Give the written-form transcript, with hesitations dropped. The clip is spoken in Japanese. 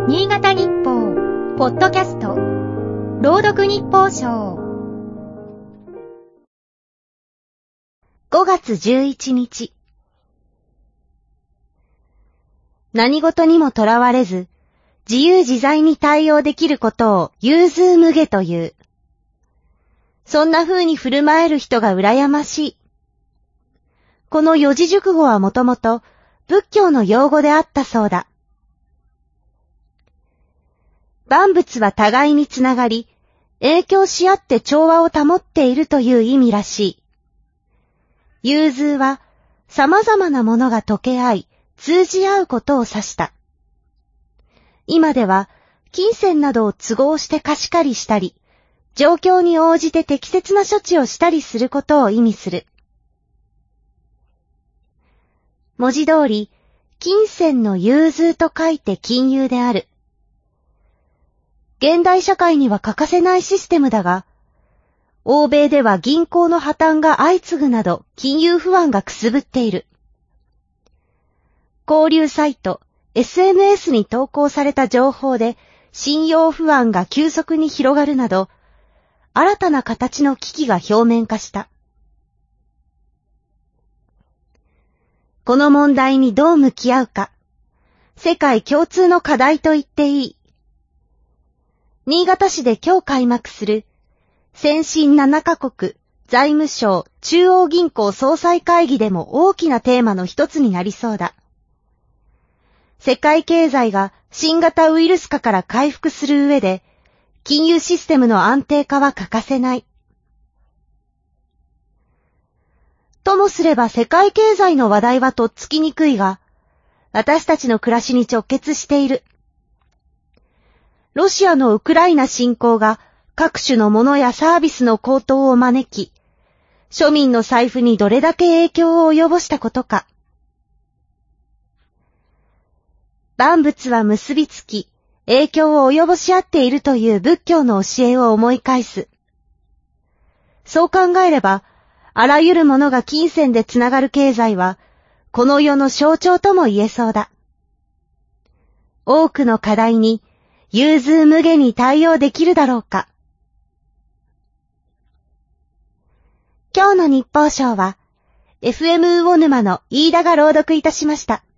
新潟日報ポッドキャスト朗読日報賞 5月11日何事にもとらわれず自由自在に対応できることを融通無碍という。そんな風に振る舞える人が羨ましい。この四字熟語はもともと仏教の用語であったそうだ。万物は互いにつながり、影響し合って調和を保っているという意味らしい。融通は様々なものが溶け合い、通じ合うことを指した。今では、金銭などを都合して貸し借りしたり、状況に応じて適切な処置をしたりすることを意味する。文字通り、金銭の融通と書いて金融である。現代社会には欠かせないシステムだが、欧米では銀行の破綻が相次ぐなど金融不安がくすぶっている。交流サイト、SNS に投稿された情報で信用不安が急速に広がるなど、新たな形の危機が表面化した。この問題にどう向き合うか、世界共通の課題と言っていい。新潟市で今日開幕する先進7カ国財務省中央銀行総裁会議でも大きなテーマの一つになりそうだ。世界経済が新型ウイルス化から回復する上で、金融システムの安定化は欠かせない。ともすれば世界経済の話題はとっつきにくいが、私たちの暮らしに直結している。ロシアのウクライナ侵攻が各種のものやサービスの高騰を招き、庶民の財布にどれだけ影響を及ぼしたことか。万物は結びつき、影響を及ぼし合っているという仏教の教えを思い返す。そう考えれば、あらゆるものが金銭でつながる経済は、この世の象徴とも言えそうだ。多くの課題に、融通無碍に対応できるだろうか。今日の日報賞は、FM 魚沼の飯田が朗読いたしました。